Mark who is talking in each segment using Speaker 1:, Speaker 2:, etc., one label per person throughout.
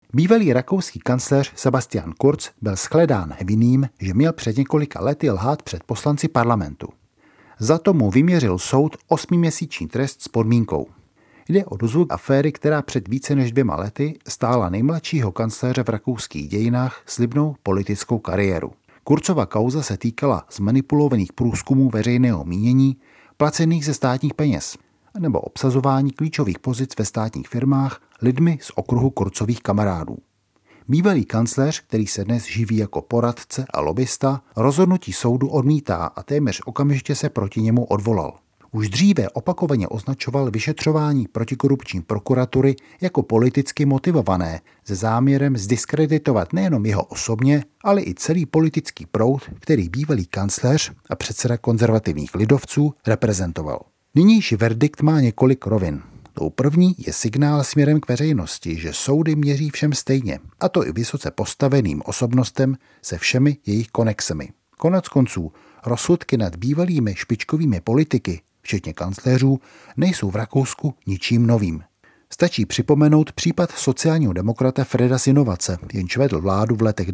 Speaker 1: Bývalý rakouský kancléř Sebastian Kurz byl shledán vinným, že měl před několika lety lhát před poslanci parlamentu. Za to mu vyměřil soud 8měsíční trest s podmínkou. Jde o dozvuk aféry, která před více než 2 lety stála nejmladšího kancléře v rakouských dějinách slibnou politickou kariéru. Kurzova kauza se týkala zmanipulovaných průzkumů veřejného mínění, placených ze státních peněz, nebo obsazování klíčových pozic ve státních firmách lidmi z okruhu Kurzových kamarádů. Bývalý kancléř, který se dnes živí jako poradce a lobista, rozhodnutí soudu odmítá a téměř okamžitě se proti němu odvolal. Už dříve opakovaně označoval vyšetřování protikorupční prokuratury jako politicky motivované, se záměrem zdiskreditovat nejenom jeho osobně, ale i celý politický proud, který bývalý kancléř a předseda konzervativních lidovců reprezentoval. Nynější verdikt má několik rovin. Tou první je signál směrem k veřejnosti, že soudy měří všem stejně, a to i vysoce postaveným osobnostem se všemi jejich konexemi. Konec konců, rozsudky nad bývalými špičkovými politiky, včetně kancléřů, nejsou v Rakousku ničím novým. Stačí připomenout případ sociálního demokrata Freda Sinovace, jenž vedl vládu v letech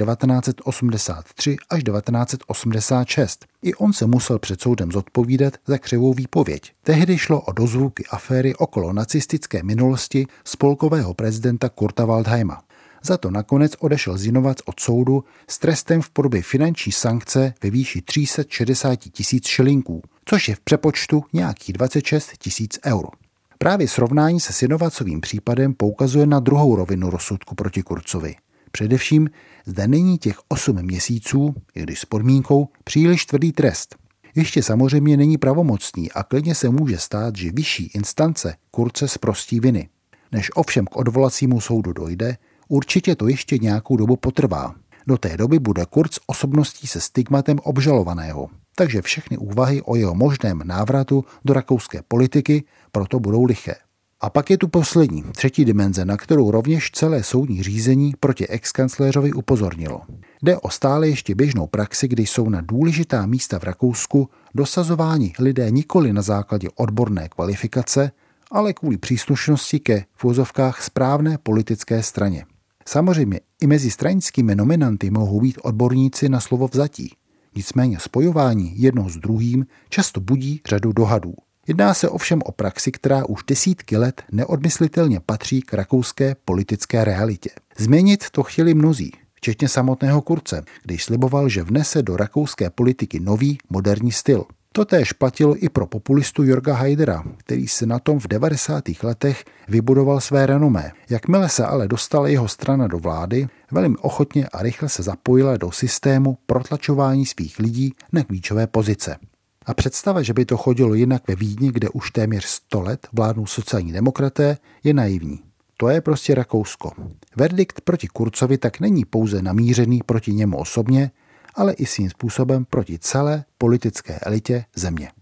Speaker 1: 1983 až 1986. I on se musel před soudem zodpovídat za křivou výpověď. Tehdy šlo o dozvuky aféry okolo nacistické minulosti spolkového prezidenta Kurta Waldheima. Za to nakonec odešel Sinovac od soudu s trestem v podobě finanční sankce ve výši 360 000 šilinků, což je v přepočtu nějakých 26 000 eur. Právě srovnání se Sinovacovým případem poukazuje na druhou rovinu rozsudku proti Kurzovi. Především zde není těch 8 měsíců, i když s podmínkou, příliš tvrdý trest. Ještě samozřejmě není pravomocný a klidně se může stát, že vyšší instance Kurze zprostí viny. Než ovšem k odvolacímu soudu dojde, určitě to ještě nějakou dobu potrvá. Do té doby bude Kurz osobností se stigmatem obžalovaného, takže všechny úvahy o jeho možném návratu do rakouské politiky proto budou liché. A pak je tu poslední, třetí dimenze, na kterou rovněž celé soudní řízení proti exkancléřovi upozornilo. Jde o stále ještě běžnou praxi, kdy jsou na důležitá místa v Rakousku dosazováni lidé nikoli na základě odborné kvalifikace, ale kvůli příslušnosti ke v uvozovkách správné politické straně. Samozřejmě i mezi stranickými nominanty mohou být odborníci na slovo vzatí. Nicméně spojování jednoho s druhým často budí řadu dohadů. Jedná se ovšem o praxi, která už desítky let neodmyslitelně patří k rakouské politické realitě. Změnit to chtěli mnozí, včetně samotného Kurze, když sliboval, že vnese do rakouské politiky nový, moderní styl. Totéž platilo i pro populistu Jörga Haidera, který si na tom v 90. letech vybudoval své renomé. Jakmile se ale dostala jeho strana do vlády, velmi ochotně a rychle se zapojila do systému protlačování svých lidí na klíčové pozice. A představa, že by to chodilo jinak ve Vídni, kde už téměř 100 let vládnou sociální demokraté, je naivní. To je prostě Rakousko. Verdikt proti Kurzovi tak není pouze namířený proti němu osobně, ale i svým způsobem proti celé politické elitě země.